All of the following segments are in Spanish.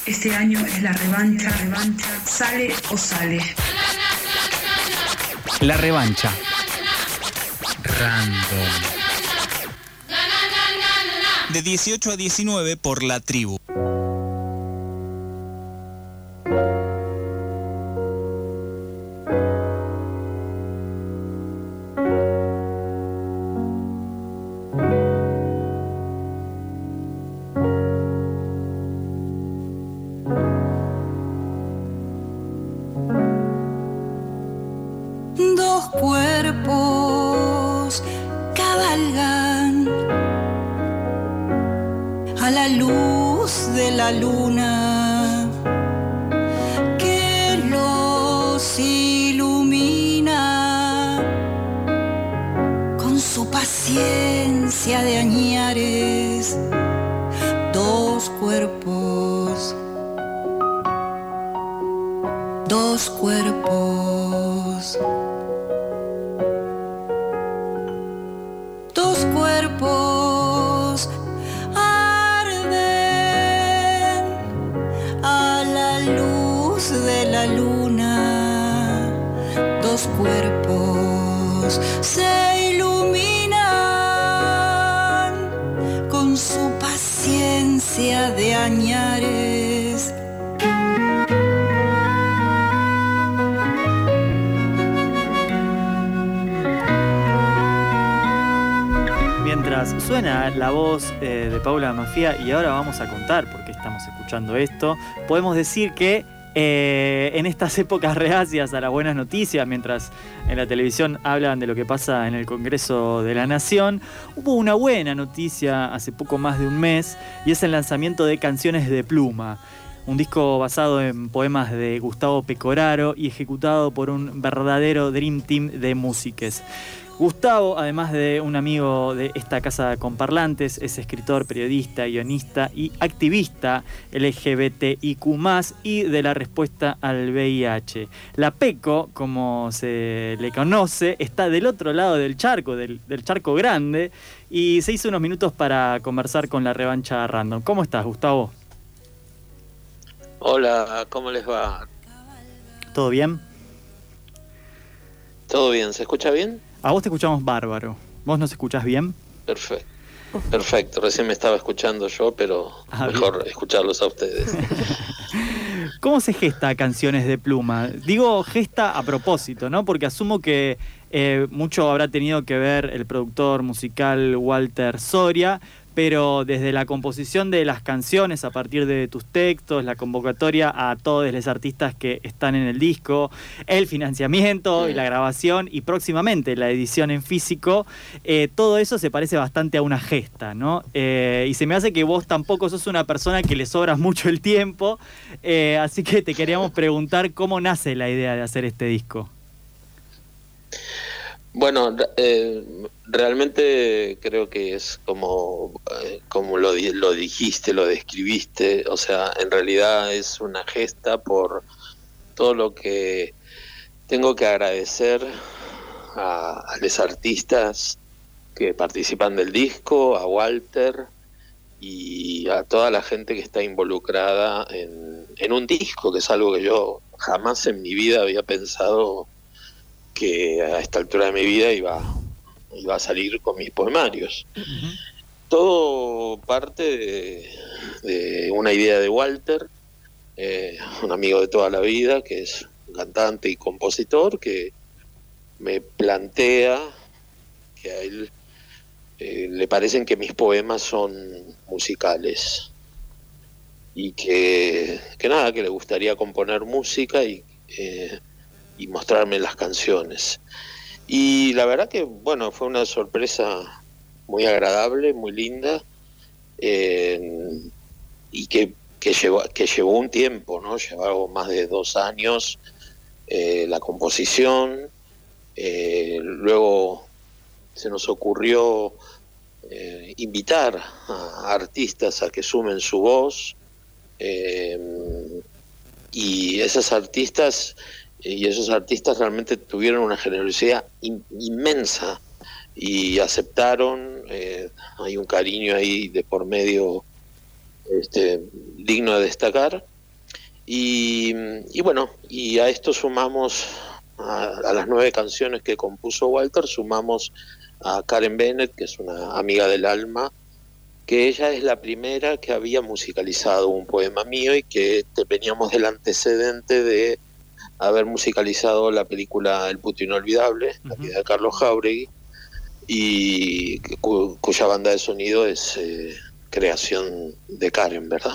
Este año es la revancha, sale o sale. La revancha. Random. De 18 a 19 por La Tribu. Dos cuerpos cabalgan a la luz de la luna que los ilumina con su paciencia de añares. Dos cuerpos, dos cuerpos. Dos cuerpos arden a la luz de la luna. Dos cuerpos se iluminan con su paciencia de añares. Mientras suena la voz de Paula Maffia, y ahora vamos a contar por qué estamos escuchando esto, podemos decir que en estas épocas reacias a las buenas noticias, mientras en la televisión hablan de lo que pasa en el Congreso de la Nación, hubo una buena noticia hace poco más de un mes, y es el lanzamiento de Canciones de Pluma, un disco basado en poemas de Gustavo Pecoraro y ejecutado por un verdadero Dream Team de músiques. Gustavo, además de un amigo de esta casa con parlantes, es escritor, periodista, guionista y activista LGBTIQ+, y de la respuesta al VIH. La PECO, como se le conoce, está del otro lado del charco, del charco grande, y se hizo unos minutos para conversar con la revancha random. ¿Cómo estás, Gustavo? Hola, ¿cómo les va? ¿Todo bien? ¿Todo bien? ¿Se escucha bien? A vos te escuchamos bárbaro. ¿Vos nos escuchás bien? Perfecto. Perfecto, recién me estaba escuchando yo, pero mejor bien escucharlos a ustedes. ¿Cómo se gesta Canciones de Pluma? Digo gesta a propósito, ¿no? Porque asumo que mucho habrá tenido que ver el productor musical Walter Soria, pero desde la composición de las canciones a partir de tus textos, la convocatoria a todos los artistas que están en el disco, el financiamiento y la grabación y próximamente la edición en físico, todo eso se parece bastante a una gesta, ¿no? Y se me hace que vos tampoco sos una persona que le sobras mucho el tiempo, así que te queríamos preguntar cómo nace la idea de hacer este disco. Bueno, realmente creo que es como lo dijiste, lo describiste, o sea, en realidad es una gesta por todo lo que tengo que agradecer a los artistas que participan del disco, a Walter y a toda la gente que está involucrada en un disco, que es algo que yo jamás en mi vida había pensado que a esta altura de mi vida iba a salir con mis poemarios. Uh-huh. Todo parte de una idea de Walter, un amigo de toda la vida, que es un cantante y compositor, que me plantea que a él le parecen que mis poemas son musicales y que le gustaría componer música y mostrarme las canciones. Y la verdad que, bueno, fue una sorpresa muy agradable, muy linda, y que llevó un tiempo, ¿no? Llevaba más de 2 años la composición. Luego se nos ocurrió invitar a artistas a que sumen su voz, y esos artistas realmente tuvieron una generosidad inmensa y aceptaron. Hay un cariño ahí de por medio digno de destacar, Y bueno, y a esto sumamos, a las 9 canciones que compuso Walter, sumamos a Karen Bennett, que es una amiga del alma, que ella es la primera que había musicalizado un poema mío y que veníamos del antecedente de haber musicalizado la película El puto inolvidable, la vida de Carlos Jáuregui, y cuya banda de sonido es creación de Karen, ¿verdad?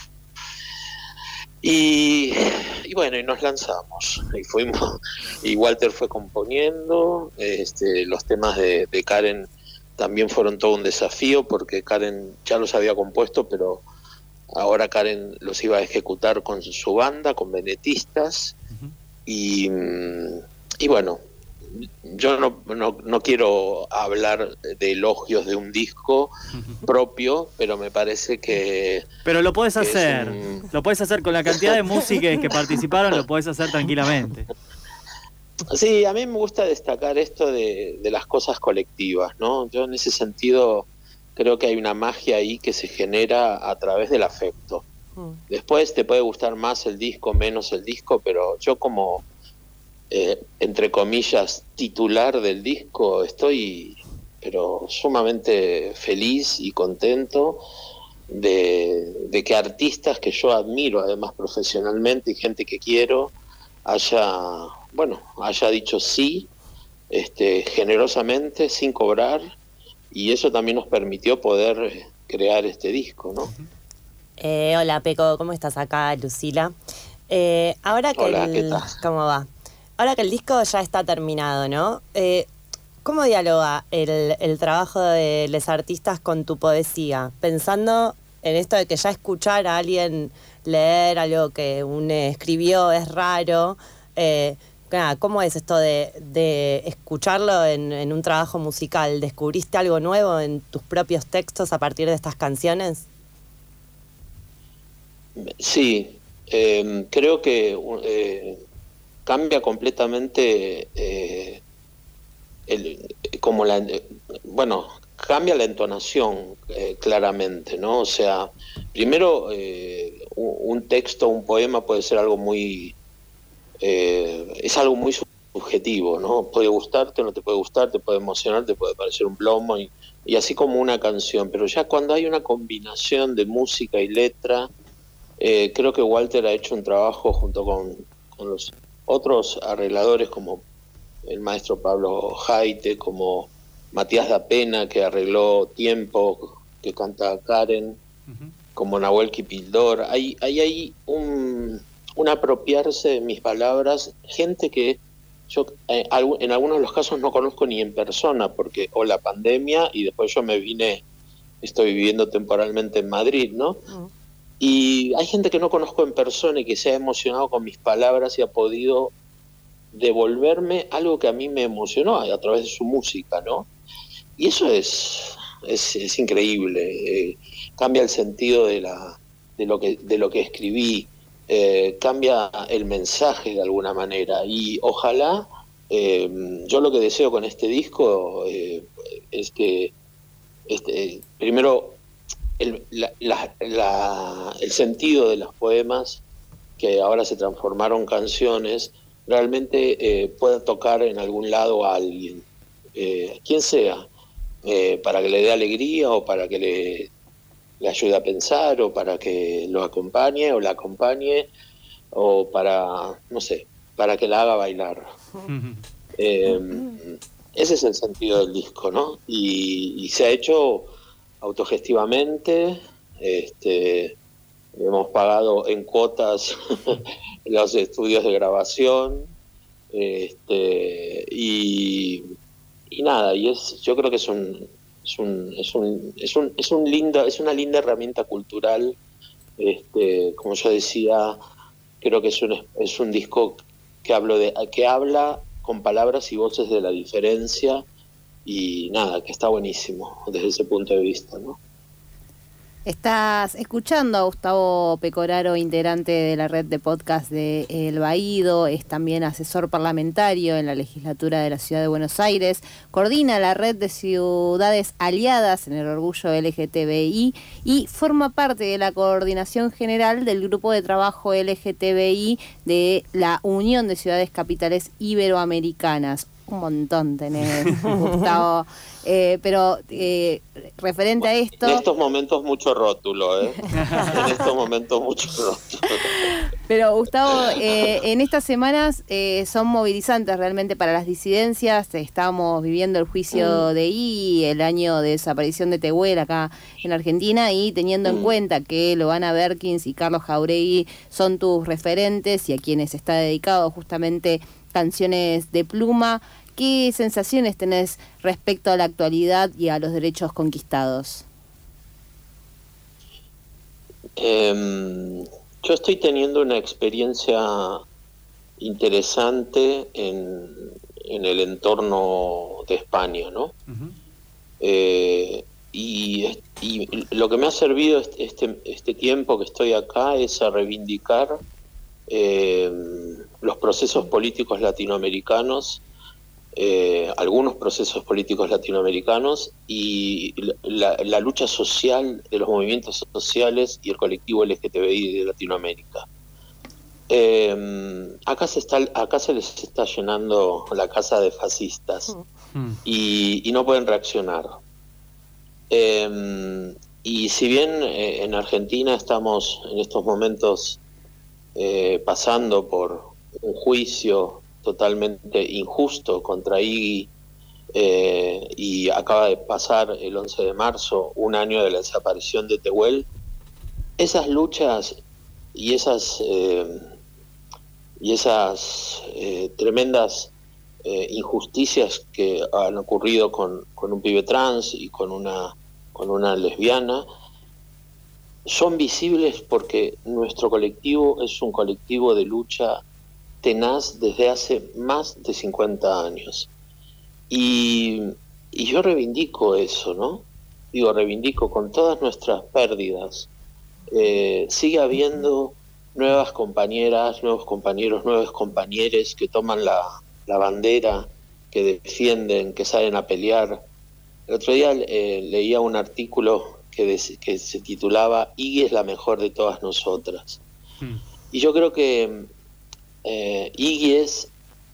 Y bueno, y nos lanzamos, y fuimos, y Walter fue componiendo, los temas de Karen también fueron todo un desafío, porque Karen ya los había compuesto, pero ahora Karen los iba a ejecutar con su banda, con venetistas, y bueno, yo no quiero hablar de elogios de un disco propio, pero me parece que... Pero lo podés hacer, lo podés hacer con la cantidad de músicos que participaron, lo podés hacer tranquilamente. Sí, a mí me gusta destacar esto de las cosas colectivas, ¿no? Yo en ese sentido creo que hay una magia ahí que se genera a través del afecto. Después te puede gustar más el disco, menos el disco, pero yo como, entre comillas, titular del disco, estoy pero sumamente feliz y contento de que artistas que yo admiro, además profesionalmente, y gente que quiero, haya dicho sí, generosamente, sin cobrar, y eso también nos permitió poder crear este disco, ¿no? Hola, Peco, ¿cómo estás? Acá, Lucila. Ahora que Hola, ¿qué tal? ¿Cómo va? Ahora que el disco ya está terminado, ¿no? ¿Cómo dialoga el trabajo de los artistas con tu poesía? Pensando en esto de que ya escuchar a alguien leer algo que uno escribió es raro. ¿Cómo es esto de escucharlo en un trabajo musical? ¿Descubriste algo nuevo en tus propios textos a partir de estas canciones? Sí, creo que cambia completamente cambia la entonación claramente, ¿no? O sea, primero un texto, un poema puede ser algo muy es algo muy subjetivo, ¿no? Puede gustarte, no te puede gustar, te puede emocionar, te puede parecer un plomo, y así como una canción, pero ya cuando hay una combinación de música y letra, creo que Walter ha hecho un trabajo junto con los otros arregladores, como el maestro Pablo Jaite, como Matías da Pena, que arregló Tiempo, que canta Karen, como Nahuel Kipildor. Hay un apropiarse de mis palabras, gente que yo en algunos de los casos no conozco ni en persona, porque o la pandemia, y después yo estoy viviendo temporalmente en Madrid, ¿no? Y hay gente que no conozco en persona y que se ha emocionado con mis palabras y ha podido devolverme algo que a mí me emocionó a través de su música, ¿no? Y eso es increíble. Cambia el sentido de lo que escribí, cambia el mensaje de alguna manera, y ojalá, yo lo que deseo con este disco es que primero el sentido de los poemas, que ahora se transformaron en canciones, realmente pueda tocar en algún lado a alguien, quien sea, para que le dé alegría, o para que le ayude a pensar, o para que lo acompañe o la acompañe, o para, no sé, para que la haga bailar. Ese es el sentido del disco, ¿no? Y se ha hecho autogestivamente. Hemos pagado en cuotas los estudios de grabación, y nada, yo creo que es una linda herramienta cultural. Como yo decía, creo que es un disco que habla con palabras y voces de la diferencia, y nada, que está buenísimo desde ese punto de vista, ¿no? Estás escuchando a Gustavo Pecoraro, integrante de la red de podcast de El Baído, es también asesor parlamentario en la legislatura de la Ciudad de Buenos Aires, coordina la red de ciudades aliadas en el orgullo LGTBI y forma parte de la coordinación general del grupo de trabajo LGTBI de la Unión de Ciudades Capitales Iberoamericanas. Un montón tenés, Gustavo. Pero referente a esto... En estos momentos mucho rótulo, En estos momentos mucho rótulo. Pero Gustavo, en estas semanas son movilizantes realmente para las disidencias. Estamos viviendo el juicio de I, el año de desaparición de Tehuel acá en Argentina, y teniendo en cuenta que Loana Berkins y Carlos Jauregui son tus referentes y a quienes está dedicado justamente Canciones de Pluma, ¿qué sensaciones tenés respecto a la actualidad y a los derechos conquistados? Yo estoy teniendo una experiencia interesante en el entorno de España, ¿no? Y lo que me ha servido este tiempo que estoy acá es a reivindicar los procesos políticos latinoamericanos, algunos procesos políticos latinoamericanos y la lucha social de los movimientos sociales y el colectivo LGTBI de Latinoamérica. Acá se les está llenando la casa de fascistas y no pueden reaccionar. Y si bien en Argentina estamos en estos momentos pasando por un juicio totalmente injusto contra Iggy, y acaba de pasar el 11 de marzo, un año de la desaparición de Tehuel, esas luchas y esas tremendas injusticias que han ocurrido con un pibe trans y con una lesbiana, son visibles porque nuestro colectivo es un colectivo de lucha tenaz desde hace más de 50 años. Y yo reivindico eso, ¿no? Reivindico con todas nuestras pérdidas. Sigue habiendo nuevas compañeras, nuevos compañeros, nuevos compañeres que toman la bandera, que defienden, que salen a pelear. El otro día leía un artículo que se titulaba Iggy es la mejor de todas nosotras. Y yo creo que Iggy es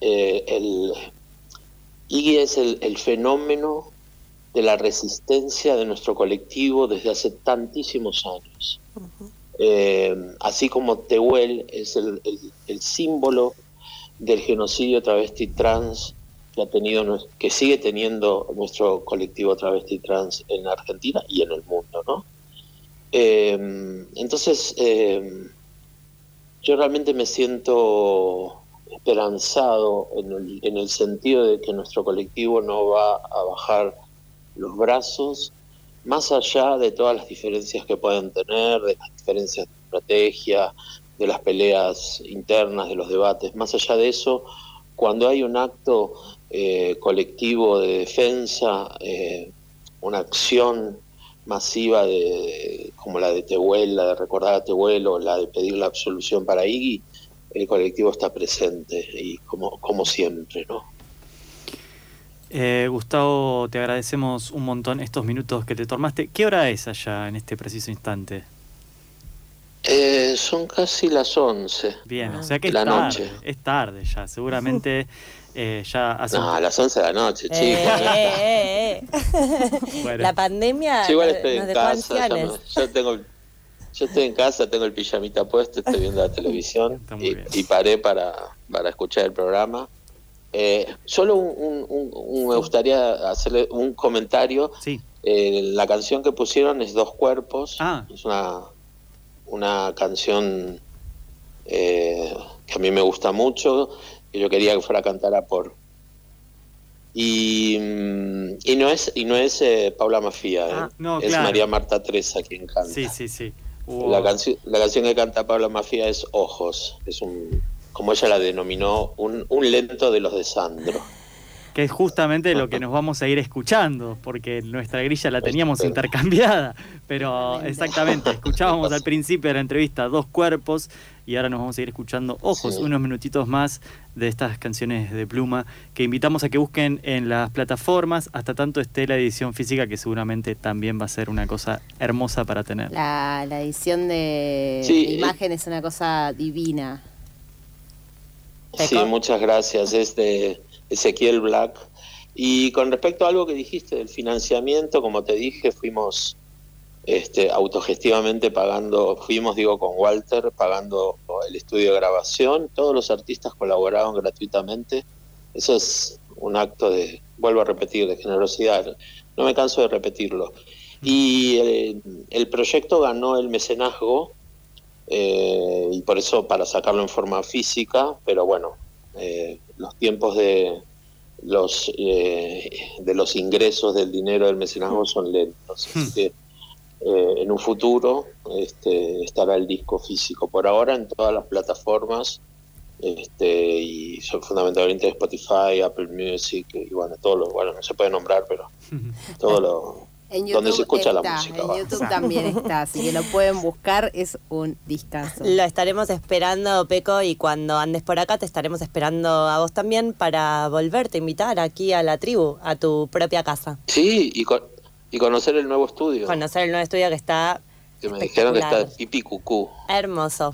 el fenómeno de la resistencia de nuestro colectivo desde hace tantísimos años. Así como Tehuel es el símbolo del genocidio travesti trans que sigue teniendo nuestro colectivo travesti trans en Argentina y en el mundo, ¿no? Entonces, yo realmente me siento esperanzado en el sentido de que nuestro colectivo no va a bajar los brazos, más allá de todas las diferencias que pueden tener, de las diferencias de estrategia, de las peleas internas, de los debates. Más allá de eso, cuando hay un acto colectivo de defensa, una acción masiva como la de Tehuel, la de recordar a Tehuel o la de pedir la absolución para Iggy, el colectivo está presente y como siempre, ¿no? Gustavo, te agradecemos un montón estos minutos que te tomaste. ¿Qué hora es allá en este preciso instante? Son casi las 11. Bien, o sea que es tarde, noche. Es tarde ya, seguramente ya hace... No, a las 11 de la noche, chicos. Bueno. La pandemia igual estoy nos en dejó casa, ancianes. yo estoy en casa, tengo el pijamita puesto, estoy viendo la televisión y paré para escuchar el programa. Solo me gustaría hacerle un comentario. Sí. La canción que pusieron es Dos Cuerpos. Es una canción que a mí me gusta mucho, que yo quería que fuera cantada por... Y no es Paula Mafia, no, es claro. María Marta Tresa quien canta. Sí. La canción que canta Paula Mafia es Ojos, es como ella la denominó, un lento de los de Sandro. que es justamente lo que nos vamos a ir escuchando, porque nuestra grilla la teníamos intercambiada, pero exactamente, escuchábamos al principio de la entrevista Dos Cuerpos y ahora nos vamos a ir escuchando Ojos, unos minutitos más de estas canciones de Pluma, que invitamos a que busquen en las plataformas hasta tanto esté la edición física, que seguramente también va a ser una cosa hermosa para tener. La edición de imagen es una cosa divina. Sí, muchas gracias. Es de Ezequiel Black. Y con respecto a algo que dijiste del financiamiento, como te dije, fuimos autogestivamente con Walter, pagando el estudio de grabación. Todos los artistas colaboraron gratuitamente. Eso es un acto vuelvo a repetir, de generosidad. No me canso de repetirlo. Y el proyecto ganó el mecenazgo, y por eso para sacarlo en forma física, pero bueno, los tiempos de los ingresos del dinero del mecenazgo son lentos, así que en un futuro estará el disco físico, por ahora en todas las plataformas, y son fundamentalmente Spotify, Apple Music, y bueno, no se puede nombrar, pero todo lo en YouTube donde se escucha está, la música. En YouTube también está, así que lo pueden buscar, es un discazo. Lo estaremos esperando, Peco, y cuando andes por acá te estaremos esperando a vos también para volverte a invitar aquí a la tribu, a tu propia casa. Sí, y conocer el nuevo estudio. Conocer el nuevo estudio que está que me dijeron que está pipi cucú. Hermoso.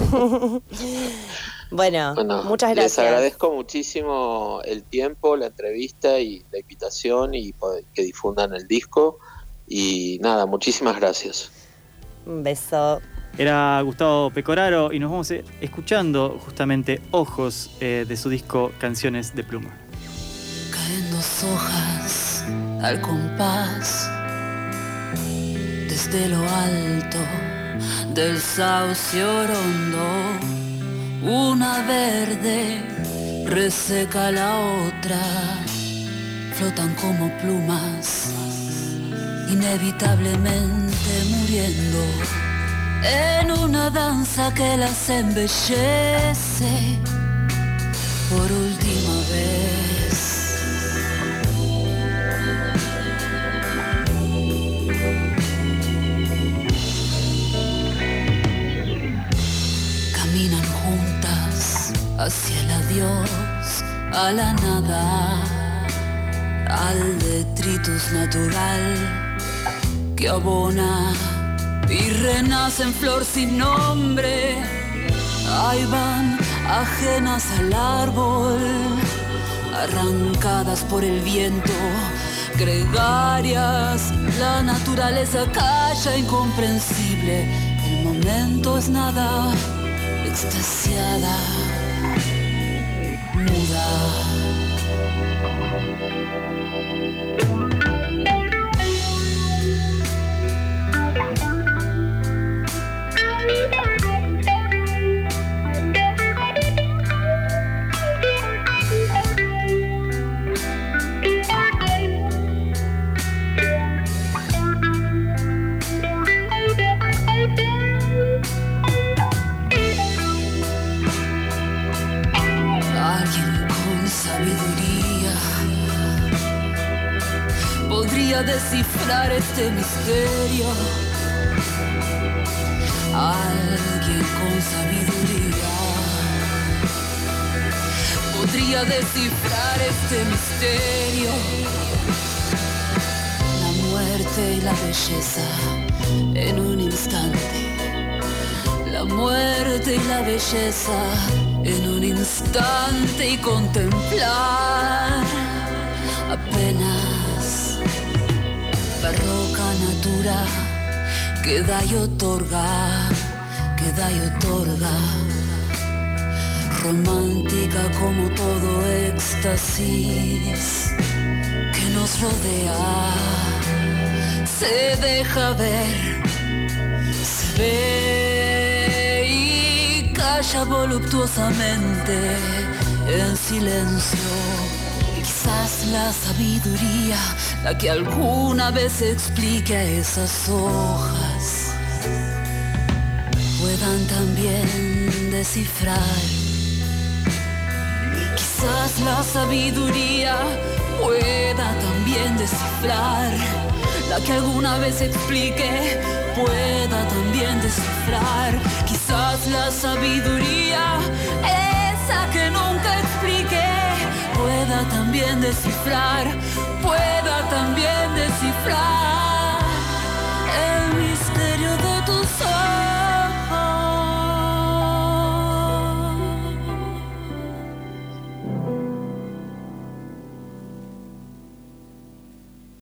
Bueno, muchas gracias. Les agradezco muchísimo el tiempo, la entrevista y la invitación y que difundan el disco. Y nada, muchísimas gracias. Un beso. Era Gustavo Pecoraro y nos vamos escuchando justamente Ojos de su disco Canciones de Pluma. Caen dos hojas al compás desde lo alto del sauce orondo. Una verde reseca la otra, flotan como plumas, inevitablemente muriendo en una danza que las embellece por última vez. Caminan juntas hacia el adiós, a la nada, al detritus natural que abona y renace en flor sin nombre. Ahí van, ajenas al árbol, arrancadas por el viento, gregarias. La naturaleza calla incomprensible. El momento es nada, extasiada, muda. Podría descifrar este misterio. Alguien con sabiduría podría descifrar este misterio. La muerte y la belleza en un instante. La muerte y la belleza en un instante y contemplar apenas barroca natura que da y otorga, romántica como todo éxtasis que nos rodea, se deja ver, se ve y calla voluptuosamente en silencio. Quizás la sabiduría, la que alguna vez explique a esas hojas, puedan también descifrar. Quizás Quizás la sabiduría pueda también descifrar, la que alguna vez explique pueda también descifrar. Quizás la sabiduría, esa que nunca expliqué, pueda también descifrar, pueda también descifrar.